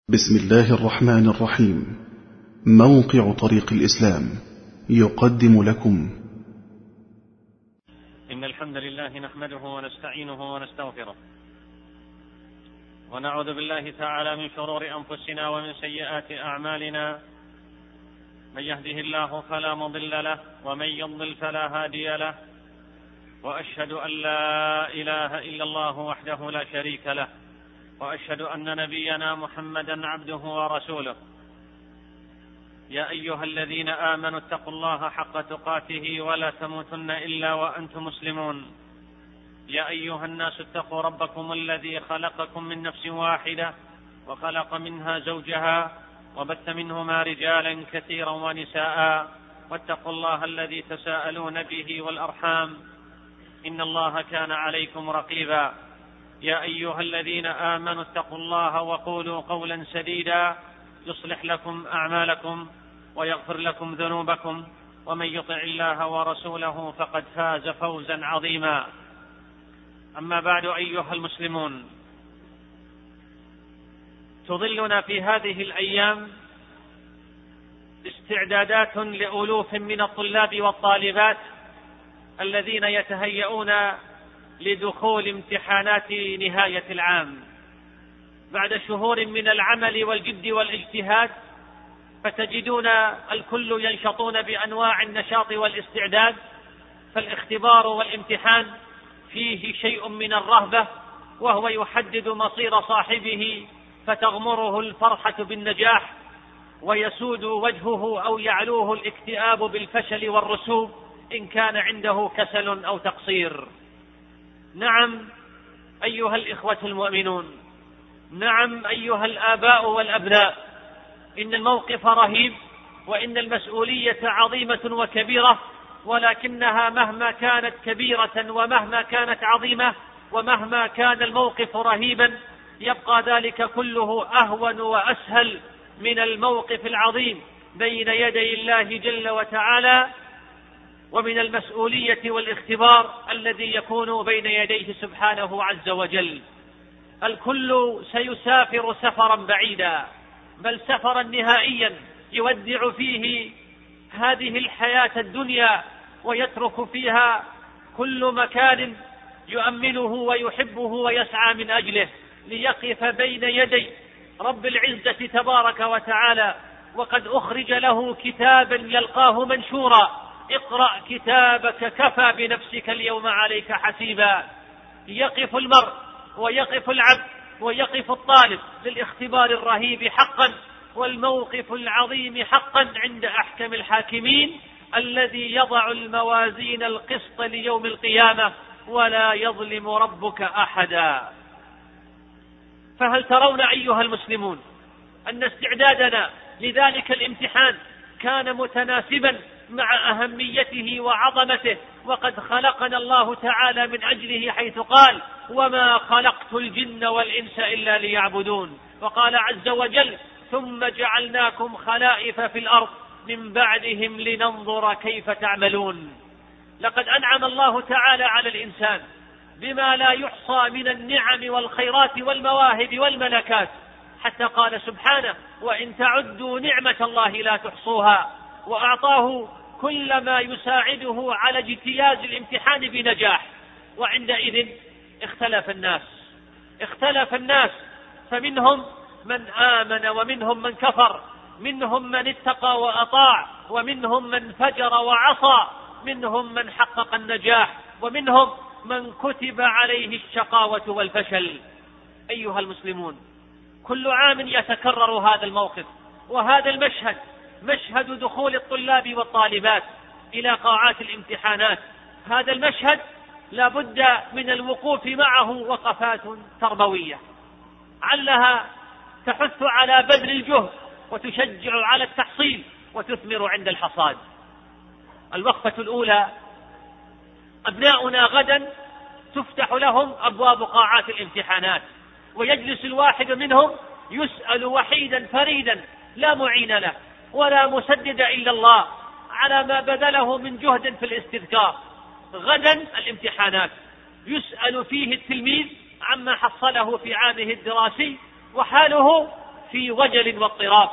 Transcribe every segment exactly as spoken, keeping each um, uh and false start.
بسم الله الرحمن الرحيم. موقع طريق الإسلام يقدم لكم إن الحمد لله نحمده ونستعينه ونستغفره ونعوذ بالله تعالى من شرور أنفسنا ومن سيئات أعمالنا. من يهده الله فلا مضل له ومن يضلل فلا هادي له، وأشهد أن لا إله إلا الله وحده لا شريك له، وأشهد أن نبينا محمدا عبده ورسوله. يا أيها الذين آمنوا اتقوا الله حق تقاته ولا تموتن إلا وأنتم مسلمون. يا أيها الناس اتقوا ربكم الذي خلقكم من نفس واحدة وخلق منها زوجها وبث منهما رجالا كثيرا ونساء، واتقوا الله الذي تساءلون به والأرحام إن الله كان عليكم رقيبا. يا أيها الذين آمنوا اتقوا الله وقولوا قولا سديدا يصلح لكم أعمالكم ويغفر لكم ذنوبكم، ومن يطع الله ورسوله فقد فاز فوزا عظيما. أما بعد، أيها المسلمون، تظلنا في هذه الأيام استعدادات لألوف من الطلاب والطالبات الذين يتهيئون لدخول امتحانات نهاية العام بعد شهور من العمل والجد والاجتهاد، فتجدون الكل ينشطون بأنواع النشاط والاستعداد. فالاختبار والامتحان فيه شيء من الرهبة، وهو يحدد مصير صاحبه، فتغمره الفرحة بالنجاح ويسود وجهه أو يعلوه الاكتئاب بالفشل والرسوب إن كان عنده كسل أو تقصير. نعم أيها الإخوة المؤمنون، نعم أيها الآباء والأبناء، إن الموقف رهيب، وإن المسؤولية عظيمة وكبيرة، ولكنها مهما كانت كبيرة ومهما كانت عظيمة ومهما كان الموقف رهيبا، يبقى ذلك كله أهون وأسهل من الموقف العظيم بين يدي الله جل وتعالى، ومن المسؤولية والاختبار الذي يكون بين يديه سبحانه عز وجل. الكل سيسافر سفرا بعيدا، بل سفرا نهائيا يودع فيه هذه الحياة الدنيا، ويترك فيها كل مكان يؤمنه ويحبه ويسعى من أجله، ليقف بين يدي رب العزة تبارك وتعالى، وقد أخرج له كتابا يلقاه منشورا: اقرأ كتابك كفى بنفسك اليوم عليك حسيبا. يقف المرء ويقف العبد ويقف الطالب للاختبار الرهيب حقا، والموقف العظيم حقا عند أحكم الحاكمين الذي يضع الموازين القسط ليوم القيامة ولا يظلم ربك أحدا. فهل ترون أيها المسلمون أن استعدادنا لذلك الامتحان كان متناسبا مع أهميته وعظمته؟ وقد خلقنا الله تعالى من أجله، حيث قال: وما خلقت الجن والإنس إلا ليعبدون. وقال عز وجل: ثم جعلناكم خلائف في الأرض من بعدهم لننظر كيف تعملون. لقد أنعم الله تعالى على الإنسان بما لا يحصى من النعم والخيرات والمواهب والملكات، حتى قال سبحانه: وإن تعدوا نعمة الله لا تحصوها. وأعطاه كل ما يساعده على اجتياز الامتحان بنجاح. وعندئذ اختلف الناس اختلف الناس فمنهم من آمن ومنهم من كفر، منهم من اتقى وأطاع ومنهم من فجر وعصى، منهم من حقق النجاح ومنهم من كتب عليه الشقاوة والفشل. أيها المسلمون، كل عام يتكرر هذا الموقف وهذا المشهد، مشهد دخول الطلاب والطالبات إلى قاعات الامتحانات. هذا المشهد لا بد من الوقوف معه وقفات تربوية، علها تحث على بذل الجهد وتشجع على التحصيل وتثمر عند الحصاد. الوقفة الأولى: أبناؤنا غدا تفتح لهم أبواب قاعات الامتحانات، ويجلس الواحد منهم يسأل وحيدا فريدا لا معين له ولا مسدد إلا الله على ما بذله من جهد في الاستذكار. غدا الامتحانات يسأل فيه التلميذ عما حصله في عامه الدراسي، وحاله في وجل واضطراب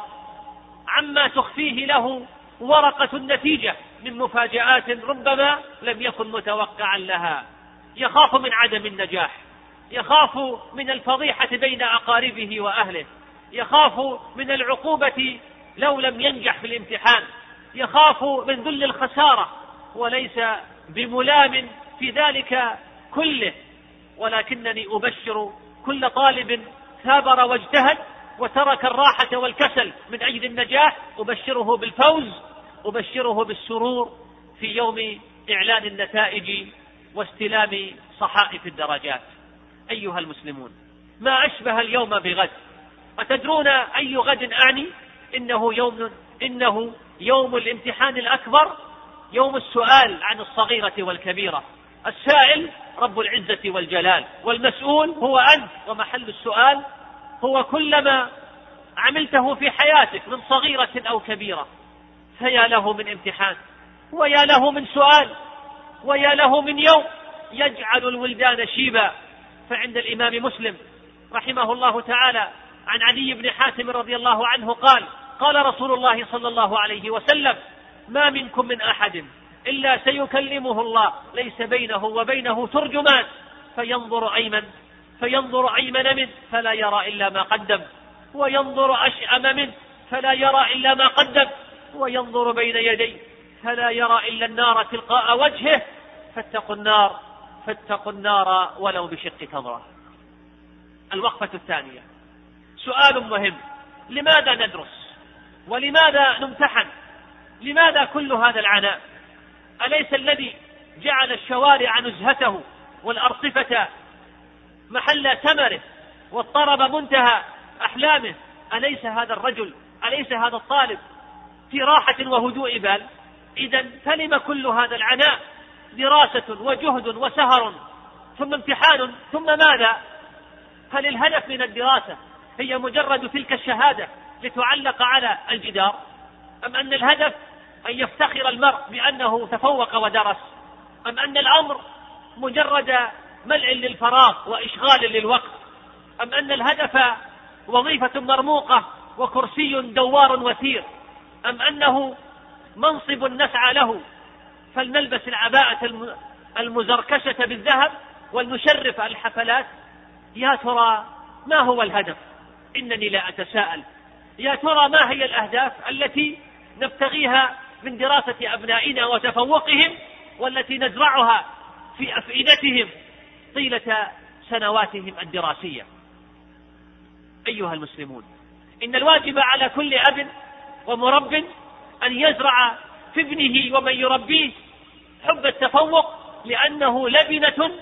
عما تخفيه له ورقة النتيجة من مفاجآت ربما لم يكن متوقعا لها. يخاف من عدم النجاح، يخاف من الفضيحة بين أقاربه وأهله، يخاف من العقوبة لو لم ينجح في الامتحان، يخاف من ذل الخسارة، وليس بملام في ذلك كله. ولكنني أبشر كل طالب ثابر واجتهد وترك الراحة والكسل من أجل النجاح، أبشره بالفوز، أبشره بالسرور في يوم إعلان النتائج واستلام صحائف الدرجات. أيها المسلمون، ما أشبه اليوم بغد. أتدرون أي غد أعني؟ إنه يوم, إنه يوم الامتحان الأكبر، يوم السؤال عن الصغيرة والكبيرة. السائل رب العزة والجلال، والمسؤول هو أنت، ومحل السؤال هو كل ما عملته في حياتك من صغيرة أو كبيرة. فيا له من امتحان، ويا له من سؤال، ويا له من يوم يجعل الولدان شيبا. فعند الإمام مسلم رحمه الله تعالى عن علي بن حاتم رضي الله عنه قال: قال رسول الله صلى الله عليه وسلم: ما منكم من أحد إلا سيكلمه الله ليس بينه وبينه ترجمان، فينظر أيمن فينظر أيمن منه فلا يرى إلا ما قدم، وينظر أشأم منه فلا يرى إلا ما قدم، وينظر بين يديه فلا يرى إلا النار تلقاء وجهه. فاتقوا النار فاتقوا النار ولو بشق تمرة. الوقفة الثانية سؤال مهم: لماذا ندرس؟ ولماذا نمتحن؟ لماذا كل هذا العناء؟ أليس الذي جعل الشوارع نزهته والأرصفة محل ثمره والطرب منتهى أحلامه، أليس هذا الرجل، أليس هذا الطالب في راحة وهدوء بال؟ إذن فلم كل هذا العناء؟ دراسة وجهد وسهر ثم امتحان ثم ماذا؟ هل الهدف من الدراسة هي مجرد تلك الشهادة لتعلق على الجدار، أم أن الهدف أن يفتخر المرء بأنه تفوق ودرس، أم أن الأمر مجرد ملء للفراغ وإشغال للوقت، أم أن الهدف وظيفة مرموقة وكرسي دوار وثير، أم أنه منصب نسعى له فلنلبس العباءة المزركشة بالذهب ولنشرف الحفلات؟ يا ترى ما هو الهدف؟ إنني لا أتساءل. يا ترى ما هي الأهداف التي نبتغيها من دراسة أبنائنا وتفوقهم، والتي نزرعها في أفئدتهم طيلة سنواتهم الدراسية؟ أيها المسلمون، إن الواجب على كل أب ومرب أن يزرع في ابنه ومن يربيه حب التفوق، لأنه لبنة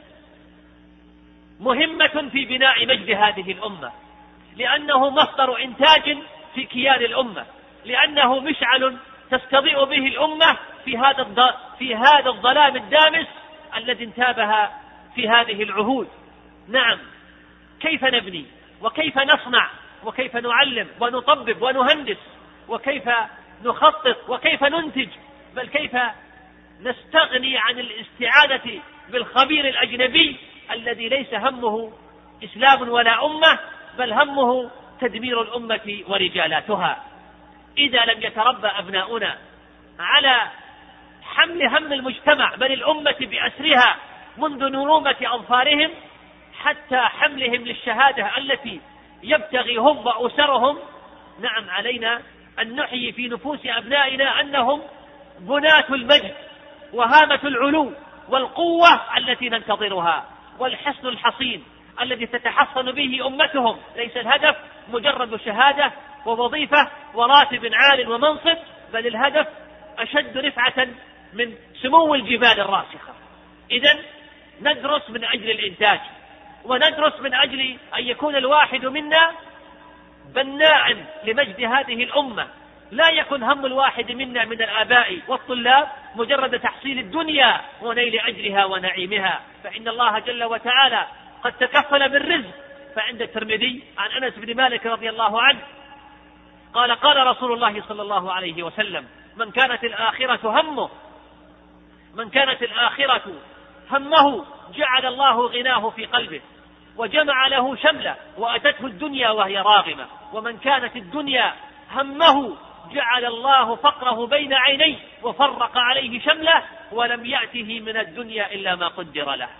مهمة في بناء مجد هذه الأمة، لأنه مصدر إنتاج في كيان الأمة، لأنه مشعل تستضيء به الأمة في هذا في هذا الظلام الدامس الذي انتابها في هذه العهود. نعم، كيف نبني وكيف نصنع وكيف نعلم ونطبب ونهندس وكيف نخطط وكيف ننتج، بل كيف نستغني عن الاستعانة بالخبير الأجنبي الذي ليس همه إسلام ولا أمة، بل همه تدمير الأمة ورجالاتها. إذا لم يتربى أبناؤنا على حمل هم المجتمع بل الأمة بأسرها منذ نرومة أظفارهم حتى حملهم للشهادة التي يبتغي هم وأسرهم، نعم علينا أن نحيي في نفوس أبنائنا أنهم بناة المجد وهامة العلو والقوة التي ننتظرها والحصن الحصين الذي تتحصن به أمتهم. ليس الهدف مجرد شهادة ووظيفة وراتب عال ومنصب، بل الهدف أشد رفعة من سمو الجبال الراسخة. إذن ندرس من أجل الإنتاج، وندرس من أجل أن يكون الواحد منا بناء لمجد هذه الأمة. لا يكن هم الواحد منا من الآباء والطلاب مجرد تحصيل الدنيا ونيل أجرها ونعيمها، فإن الله جل وتعالى قد تكفل بالرزق. فعند الترمذي عن أنس بن مالك رضي الله عنه قال: قال رسول الله صلى الله عليه وسلم: من كانت الآخرة همه من كانت الآخرة همه جعل الله غناه في قلبه، وجمع له شمله وأتته الدنيا وهي راغمة. ومن كانت الدنيا همه جعل الله فقره بين عينيه وفرق عليه شمله ولم يأته من الدنيا إلا ما قدر له.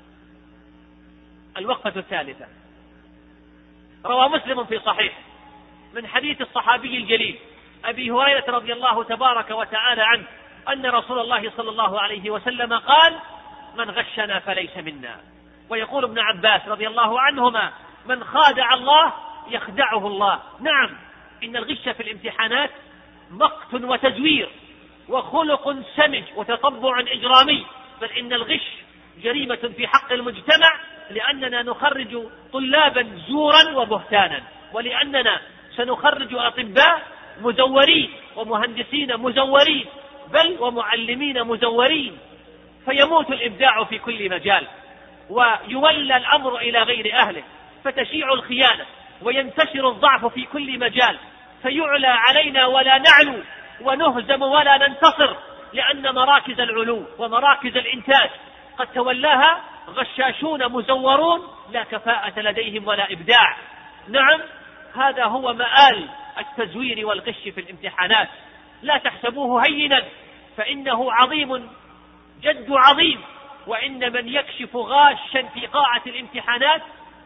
الوقفة الثالثة، روى مسلم في صحيح من حديث الصحابي الجليل أبي هريرة رضي الله تبارك وتعالى عنه أن رسول الله صلى الله عليه وسلم قال: من غشنا فليس منا. ويقول ابن عباس رضي الله عنهما: من خادع الله يخدعه الله. نعم، إن الغش في الامتحانات مقت وتزوير وخلق سمج وتطبع إجرامي، بل إن الغش جريمة في حق المجتمع، لأننا نخرج طلابا زورا وبهتانا، ولأننا سنخرج أطباء مزورين ومهندسين مزورين، بل ومعلمين مزورين، فيموت الإبداع في كل مجال ويولى الأمر إلى غير أهله، فتشيع الخيانة وينتشر الضعف في كل مجال، فيعلى علينا ولا نعلو ونهزم ولا ننتصر، لأن مراكز العلو ومراكز الإنتاج قد تولاها غشاشون مزورون لا كفاءة لديهم ولا إبداع. نعم، هذا هو مآل التزوير والغش في الامتحانات. لا تحسبوه هينا، فإنه عظيم جد عظيم. وإن من يكشف غاشا في قاعة الامتحانات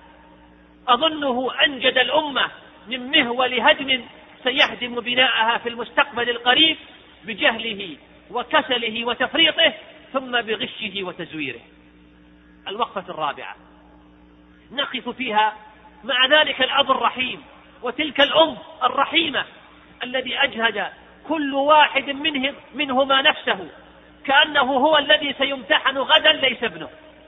أظنه أنجد الأمة من مهول هدم سيهدم بناءها في المستقبل القريب بجهله وكسله وتفريطه، ثم بغشه وتزويره. الوقفة الرابعة نقف فيها مع ذلك الأب الرحيم وتلك الأم الرحيمة الذي أجهد كل واحد منهم منهما نفسه كأنه هو الذي سيمتحن غدا ليس ابنه،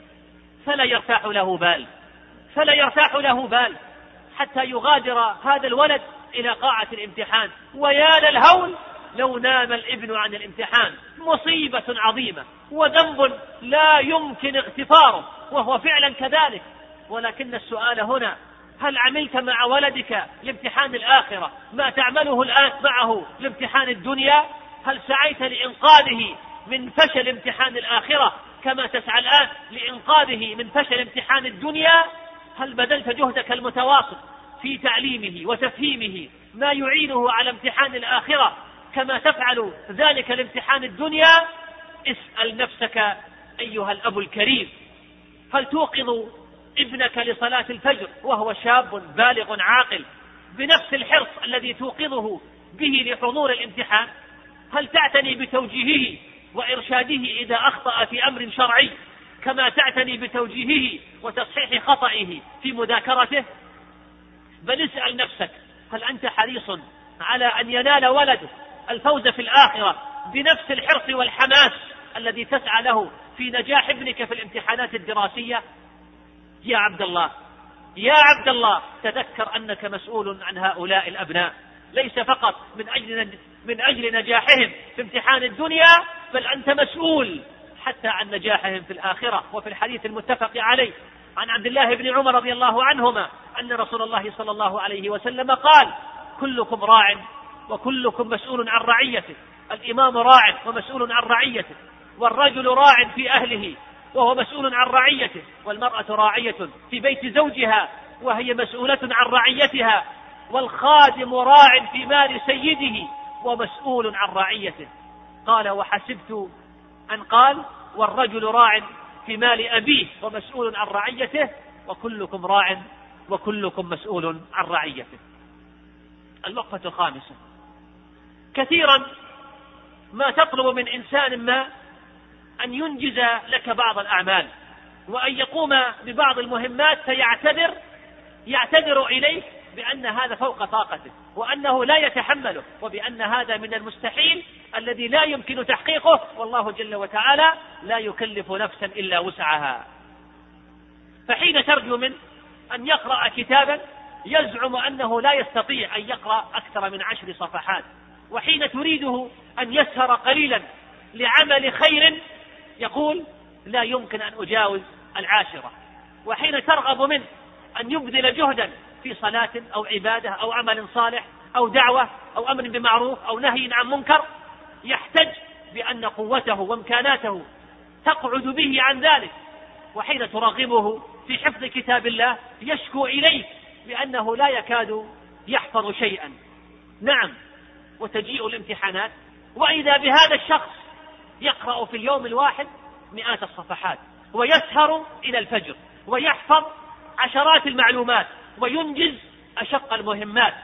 فلا يرتاح له بال فلا يرتاح له بال حتى يغادر هذا الولد إلى قاعة الامتحان. ويا للهول لو نام الابن عن الامتحان، مصيبة عظيمة وذنب لا يمكن اغتفاره، وهو فعلا كذلك. ولكن السؤال هنا: هل عملت مع ولدك لامتحان الآخرة ما تعمله الآن معه لامتحان الدنيا؟ هل سعيت لإنقاذه من فشل امتحان الآخرة كما تسعى الآن لإنقاذه من فشل امتحان الدنيا؟ هل بذلت جهدك المتواصل في تعليمه وتفهيمه ما يعينه على امتحان الآخرة كما تفعل ذلك لامتحان الدنيا؟ اسأل نفسك أيها الأب الكريم، هل توقظ ابنك لصلاة الفجر وهو شاب بالغ عاقل بنفس الحرص الذي توقظه به لحضور الامتحان؟ هل تعتني بتوجيهه وإرشاده إذا أخطأ في أمر شرعي كما تعتني بتوجيهه وتصحيح خطئه في مذاكرته؟ بل اسأل نفسك: هل أنت حريص على أن ينال ولده الفوز في الآخرة بنفس الحرص والحماس الذي تسعى له في نجاح ابنك في الامتحانات الدراسية؟ يا عبد الله يا عبد الله تذكر أنك مسؤول عن هؤلاء الأبناء، ليس فقط من أجل من أجل نجاحهم في امتحان الدنيا، بل أنت مسؤول حتى عن نجاحهم في الآخرة. وفي الحديث المتفق عليه عن عبد الله بن عمر رضي الله عنهما أن رسول الله صلى الله عليه وسلم قال: كلكم راع وكلكم مسؤول عن رعيته. الإمام راع ومسؤول عن رعيته، والرجل راع في أهله وهو مسؤول عن رعيته، والمرأة راعية في بيت زوجها وهي مسؤولة عن رعيتها، والخادم راع في مال سيده ومسؤول عن رعيته. قال: وحسبت أن قال: والرجل راع في مال أبيه ومسؤول عن رعيته، وكلكم راع وكلكم مسؤول عن رعيته. الوقفة الخامسة: كثيرا ما تطلب من إنسان ما أن ينجز لك بعض الأعمال وأن يقوم ببعض المهمات، فيعتذر يعتذر إليك بأن هذا فوق طاقته وأنه لا يتحمله، وبأن هذا من المستحيل الذي لا يمكن تحقيقه، والله جل وتعالى لا يكلف نفسا إلا وسعها. فحين ترجو منه أن يقرأ كتابا يزعم أنه لا يستطيع أن يقرأ أكثر من عشر صفحات، وحين تريده أن يسهر قليلا لعمل خير يقول: لا يمكن أن أجاوز العاشرة. وحين ترغب منه أن يبذل جهدا في صلاة أو عبادة أو عمل صالح أو دعوة أو أمر بمعروف أو نهي عن منكر يحتج بأن قوته وامكاناته تقعد به عن ذلك. وحين ترغبه في حفظ كتاب الله يشكو إليك لأنه لا يكاد يحفظ شيئا. نعم، وتجيء الامتحانات وإذا بهذا الشخص يقرأ في اليوم الواحد مئات الصفحات ويسهر إلى الفجر ويحفظ عشرات المعلومات وينجز أشق المهمات.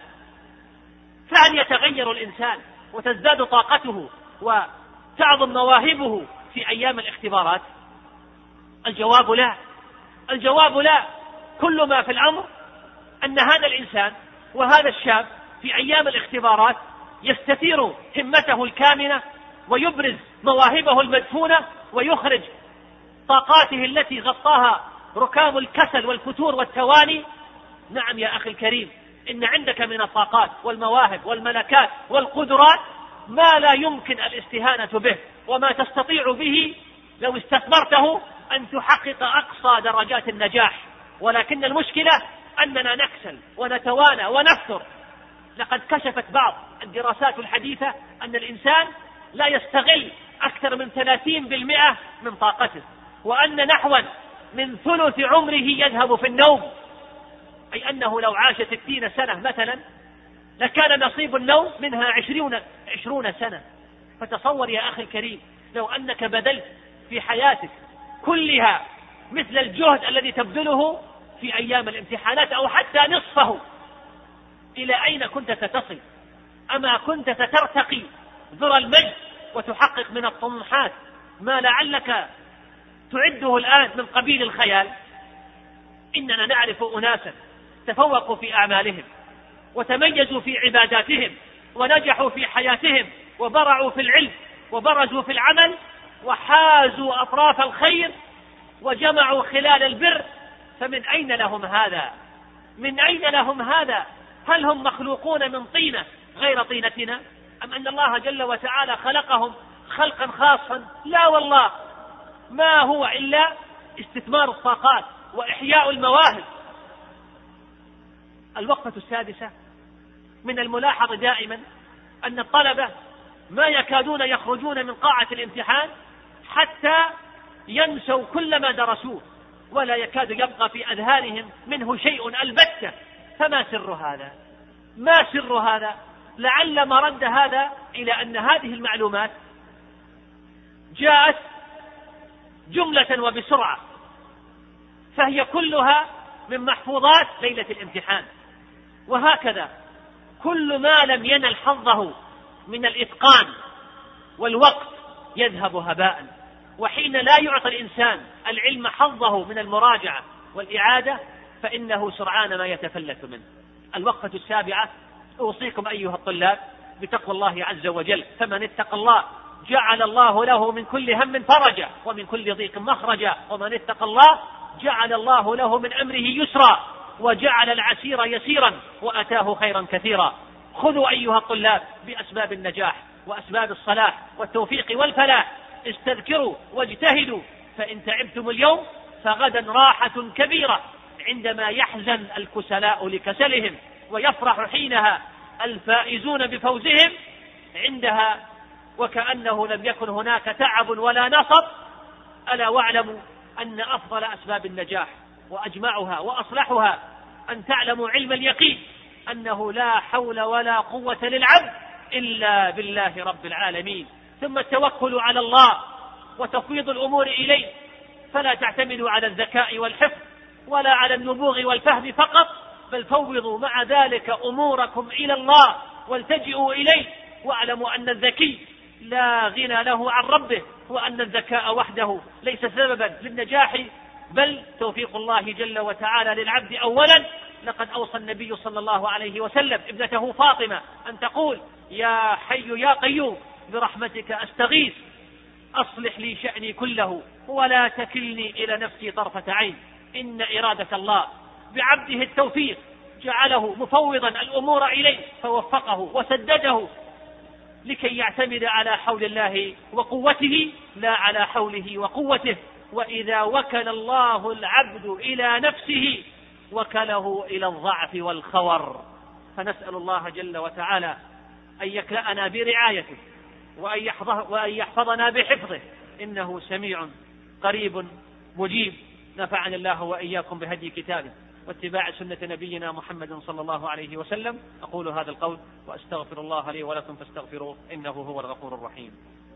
فهل يتغير الإنسان وتزداد طاقته وتعظم مواهبه في أيام الاختبارات؟ الجواب لا. الجواب لا. كل ما في الأمر أن هذا الإنسان وهذا الشاب في أيام الاختبارات يستثير همته الكامنة ويبرز مواهبه المدفونة ويخرج طاقاته التي غطاها ركام الكسل والفتور والتواني. نعم يا أخي الكريم، إن عندك من الطاقات والمواهب والملكات والقدرات ما لا يمكن الاستهانة به، وما تستطيع به لو استثمرته أن تحقق أقصى درجات النجاح. ولكن المشكلة أننا نكسل ونتوانى ونفتر. لقد كشفت بعض الدراسات الحديثة أن الإنسان لا يستغل أكثر من ثلاثين بالمئة من طاقته، وأن نحوا من ثلث عمره يذهب في النوم، أي أنه لو عاش ستين سنة مثلا لكان نصيب النوم منها عشرون, عشرون سنة. فتصور يا أخي الكريم لو أنك بذلت في حياتك كلها مثل الجهد الذي تبذله في أيام الامتحانات أو حتى نصفه، إلى أين كنت ستصل؟ أما كنت سترتقي ذرى المجد وتحقق من الطموحات ما لعلك تعده الآن من قبيل الخيال. إننا نعرف أناسا تفوقوا في أعمالهم وتميزوا في عباداتهم ونجحوا في حياتهم وبرعوا في العلم وبرزوا في العمل وحازوا أطراف الخير وجمعوا خلال البر، فمن أين لهم هذا؟ من أين لهم هذا؟ هل هم مخلوقون من طينة غير طينتنا، أم أن الله جل وتعالى خلقهم خلقا خاصا؟ لا والله، ما هو إلا استثمار الطاقات وإحياء المواهب. الوقفة السادسة: من الملاحظ دائما أن الطلبة ما يكادون يخرجون من قاعة الامتحان حتى ينسوا كل ما درسوه، ولا يكاد يبقى في أذهانهم منه شيء البتة. فما سر هذا؟ ما سر هذا؟ لعل مرد هذا إلى أن هذه المعلومات جاءت جملة وبسرعة، فهي كلها من محفوظات ليلة الامتحان. وهكذا كل ما لم ينل حظه من الإتقان والوقت يذهب هباء. وحين لا يعطي الإنسان العلم حظه من المراجعة والإعادة فإنه سرعان ما يتفلت منه. الوقفة السابعة: أوصيكم أيها الطلاب بتقوى الله عز وجل، فمن اتقى الله جعل الله له من كل هم فرجا ومن كل ضيق مخرجا، ومن اتقى الله جعل الله له من أمره يسرا وجعل العسير يسيرا وأتاه خيرا كثيرا. خذوا أيها الطلاب بأسباب النجاح وأسباب الصلاح والتوفيق والفلاح، استذكروا واجتهدوا، فإن تعبتم اليوم فغدا راحة كبيرة، عندما يحزن الكسلاء لكسلهم ويفرح حينها الفائزون بفوزهم، عندها وكأنه لم يكن هناك تعب ولا نصب. ألا واعلموا أن أفضل أسباب النجاح وأجمعها وأصلحها أن تعلموا علم اليقين أنه لا حول ولا قوة للعبد إلا بالله رب العالمين، ثم التوكل على الله وتفويض الأمور إليه، فلا تعتمدوا على الذكاء والحفظ ولا على النبوغ والفهم فقط، بل فوضوا مع ذلك أموركم إلى الله والتجئوا إليه، واعلموا أن الذكي لا غنى له عن ربه، وأن الذكاء وحده ليس سببا للنجاح بل توفيق الله جل وتعالى للعبد أولا. لقد أوصى النبي صلى الله عليه وسلم ابنته فاطمة أن تقول: يا حي يا قيوم برحمتك أستغيث أصلح لي شأني كله ولا تكلني إلى نفسي طرفة عين. إن إرادة الله بعبده التوفيق، جعله مفوضا الأمور إليه فوفقه وسدده لكي يعتمد على حول الله وقوته لا على حوله وقوته. وإذا وكل الله العبد إلى نفسه وكله إلى الضعف والخور. فنسأل الله جل وتعالى أن يكلأنا برعايته وأن يحفظنا بحفظه، إنه سميع قريب مجيب. نفعني الله وإياكم بهدي كتابه واتباع سنة نبينا محمد صلى الله عليه وسلم. أقول هذا القول وأستغفر الله لي ولكم فاستغفروه إنه هو الغفور الرحيم.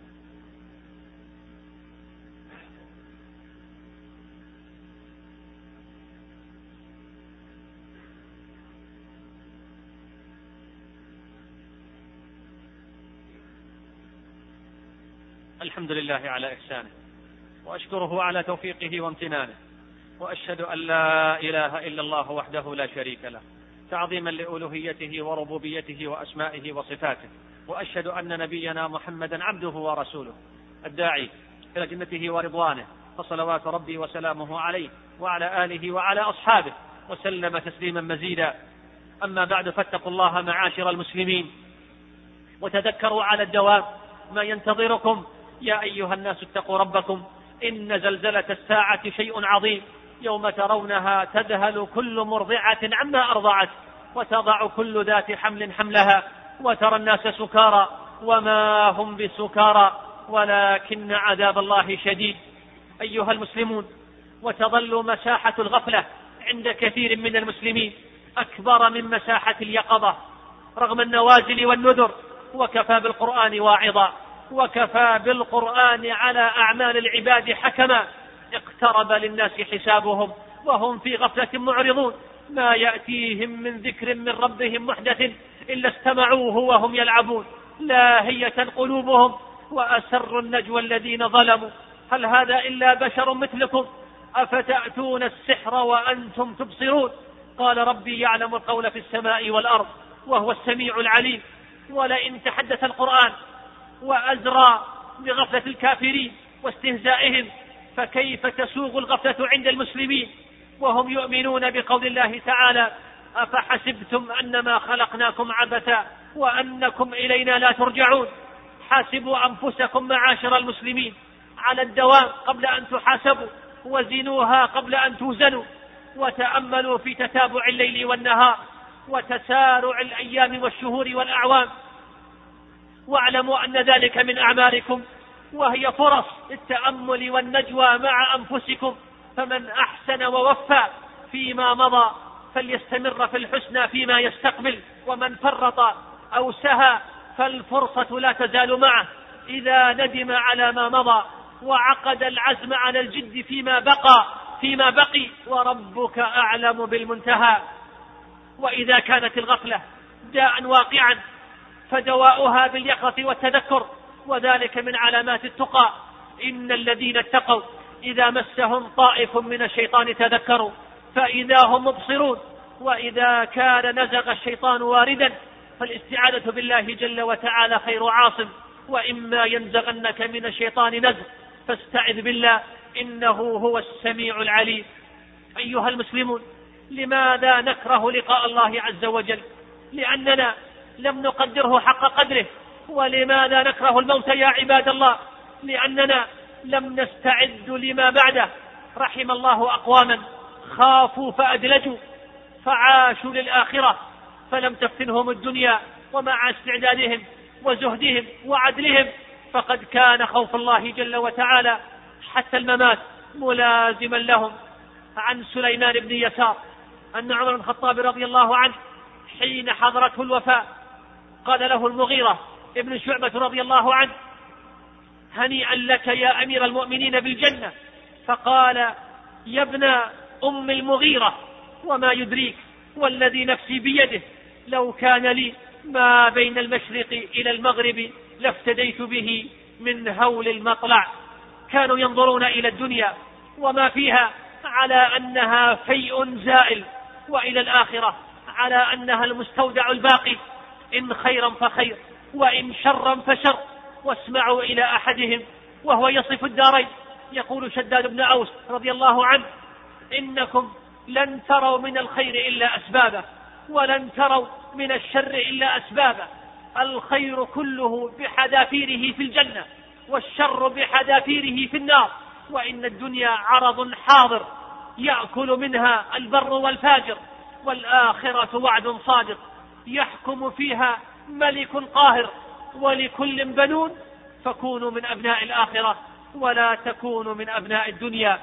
الحمد لله على إحسانه، وأشكره على توفيقه وامتنانه، وأشهد أن لا إله إلا الله وحده لا شريك له تعظيما لألوهيته وربوبيته وأسمائه وصفاته، وأشهد أن نبينا محمدا عبده ورسوله الداعي إلى جنته ورضوانه، فصلوات ربي وسلامه عليه وعلى آله وعلى أصحابه وسلم تسليما مزيدا. أما بعد، فاتقوا الله معاشر المسلمين، وتذكروا على الدوام ما ينتظركم. يا أيها الناس اتقوا ربكم، إن زلزلة الساعة شيء عظيم، يوم ترونها تذهل كل مرضعة عما أرضعت وتضع كل ذات حمل حملها وترى الناس سكارى وما هم بسكارى ولكن عذاب الله شديد. أيها المسلمون، وتظل مساحة الغفلة عند كثير من المسلمين أكبر من مساحة اليقظة رغم النوازل والنذر، وكفى بالقرآن واعظا، وكفى بالقرآن على أعمال العباد حكما. اقترب للناس حسابهم وهم في غفلة معرضون، ما يأتيهم من ذكر من ربهم محدث إلا استمعوه وهم يلعبون، لاهية قلوبهم وأسروا النجوى الذين ظلموا هل هذا إلا بشر مثلكم أفتأتون السحر وأنتم تبصرون. قال ربي يعلم القول في السماء والأرض وهو السميع العليم. ولئن تحدث القرآن وأزرى بغفلة الكافرين واستهزائهم، فكيف تسوغ الغفلة عند المسلمين وهم يؤمنون بقول الله تعالى: أفحسبتم أنما خلقناكم عبثا وأنكم إلينا لا ترجعون. حاسبوا أنفسكم معاشر المسلمين على الدوام قبل أن تحاسبوا، وزنوها قبل أن توزنوا، وتأملوا في تتابع الليل والنهار وتسارع الأيام والشهور والأعوام، واعلموا أن ذلك من أعمالكم، وهي فرص للتأمل والنجوى مع أنفسكم. فمن أحسن ووفى فيما مضى فليستمر في الحسنى فيما يستقبل، ومن فرط أو سهى فالفرصة لا تزال معه إذا ندم على ما مضى وعقد العزم على الجد فيما بقى فيما بقي وربك أعلم بالمنتهى. وإذا كانت الغفلة داء واقعا فدواؤها باليقظة والتذكر، وذلك من علامات التقى. إن الذين اتقوا إذا مسهم طائف من الشيطان تذكروا فإذا هم مبصرون. وإذا كان نزغ الشيطان واردا فالاستعاذة بالله جل وتعالى خير عاصم، وإما ينزغنك من الشيطان نزغ فاستعذ بالله إنه هو السميع العليم. أيها المسلمون، لماذا نكره لقاء الله عز وجل؟ لأننا لم نقدره حق قدره. ولماذا نكره الموت يا عباد الله؟ لأننا لم نستعد لما بعده. رحم الله أقواما خافوا فأدلجوا فعاشوا للآخرة فلم تفتنهم الدنيا، ومع استعدادهم وزهدهم وعدلهم فقد كان خوف الله جل وتعالى حتى الممات ملازما لهم. عن سليمان بن يسار أن عمر بن الخطاب رضي الله عنه حين حضرته الوفاة قال له المغيرة ابن شعبة رضي الله عنه: هنيئا لك يا أمير المؤمنين بالجنة. فقال: يا ابن أم المغيرة، وما يدريك والذي نفسي بيده لو كان لي ما بين المشرق إلى المغرب لافتديت به من هول المطلع. كانوا ينظرون إلى الدنيا وما فيها على أنها فيء زائل، وإلى الآخرة على أنها المستودع الباقي، إن خيرا فخير وإن شرا فشر. واسمعوا إلى أحدهم وهو يصف الدارين يقول شداد بن أوس رضي الله عنه: إنكم لن تروا من الخير إلا أسبابه، ولن تروا من الشر إلا أسبابه. الخير كله بحذافيره في الجنة، والشر بحذافيره في النار. وإن الدنيا عرض حاضر يأكل منها البر والفاجر، والآخرة وعد صادق يحكم فيها ملك قاهر. ولكل بنون، فكونوا من أبناء الآخرة ولا تكونوا من أبناء الدنيا.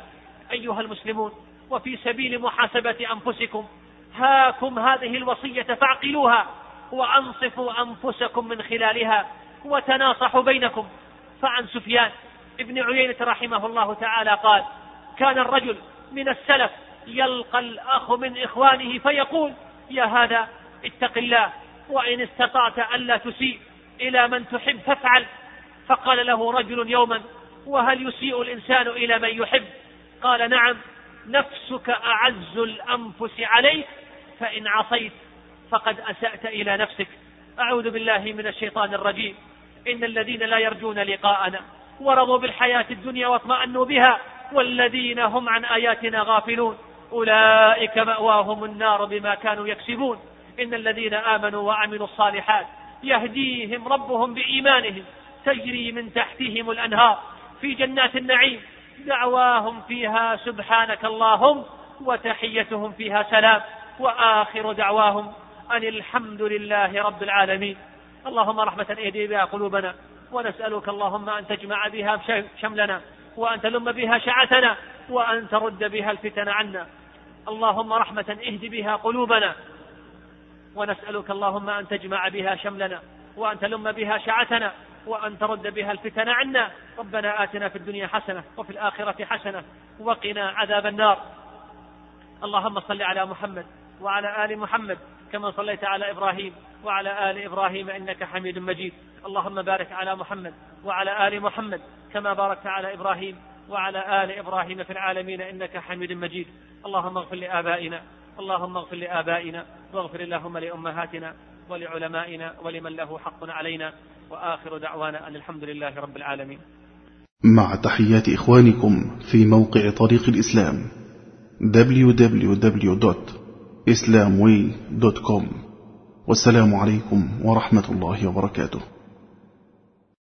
أيها المسلمون، وفي سبيل محاسبة أنفسكم هاكم هذه الوصية فاعقلوها، وأنصفوا أنفسكم من خلالها، وتناصحوا بينكم. فعن سفيان ابن عيينة رحمه الله تعالى قال: كان الرجل من السلف يلقى الأخ من إخوانه فيقول: يا هذا اتق الله، وإن استطعت ألا تسيء إلى من تحب فافعل. فقال له رجل يوما: وهل يسيء الإنسان إلى من يحب؟ قال: نعم، نفسك أعز الأنفس عليك، فإن عصيت فقد أسأت إلى نفسك. أعوذ بالله من الشيطان الرجيم. إن الذين لا يرجون لقاءنا ورضوا بالحياة الدنيا واطمأنوا بها والذين هم عن آياتنا غافلون أولئك مأواهم النار بما كانوا يكسبون. إن الذين آمنوا وعملوا الصالحات يهديهم ربهم بإيمانهم تجري من تحتهم الأنهار في جنات النعيم دعواهم فيها سبحانك اللهم وتحيتهم فيها سلام وآخر دعواهم أن الحمد لله رب العالمين. اللهم رحمة اهدي بها قلوبنا، ونسألك اللهم أن تجمع بها شملنا، وأن تلم بها شعتنا، وأن ترد بها الفتن عنا. اللهم رحمة اهدي بها قلوبنا، ونسألك اللهم أن تجمع بها شملنا، وأن تلم بها شعتنا، وأن ترد بها الفتن عنا. ربنا آتنا في الدنيا حسنة وفي الآخرة حسنة وقنا عذاب النار. اللهم صل على محمد وعلى آل محمد كما صليت على إبراهيم وعلى آل إبراهيم إنك حميد مجيد. اللهم بارك على محمد وعلى آل محمد كما باركت على إبراهيم وعلى آل إبراهيم في العالمين إنك حميد مجيد. اللهم اغفر لآبائنا اللهم اغفر لآبائنا واغفر اللهم لأمهاتنا ولعلمائنا ولمن له حق علينا، وآخر دعوانا أن الحمد لله رب العالمين. مع تحيات إخوانكم في موقع طريق الإسلام دبليو دبليو دبليو دوت إسلام واي دوت كوم. والسلام عليكم ورحمة الله وبركاته.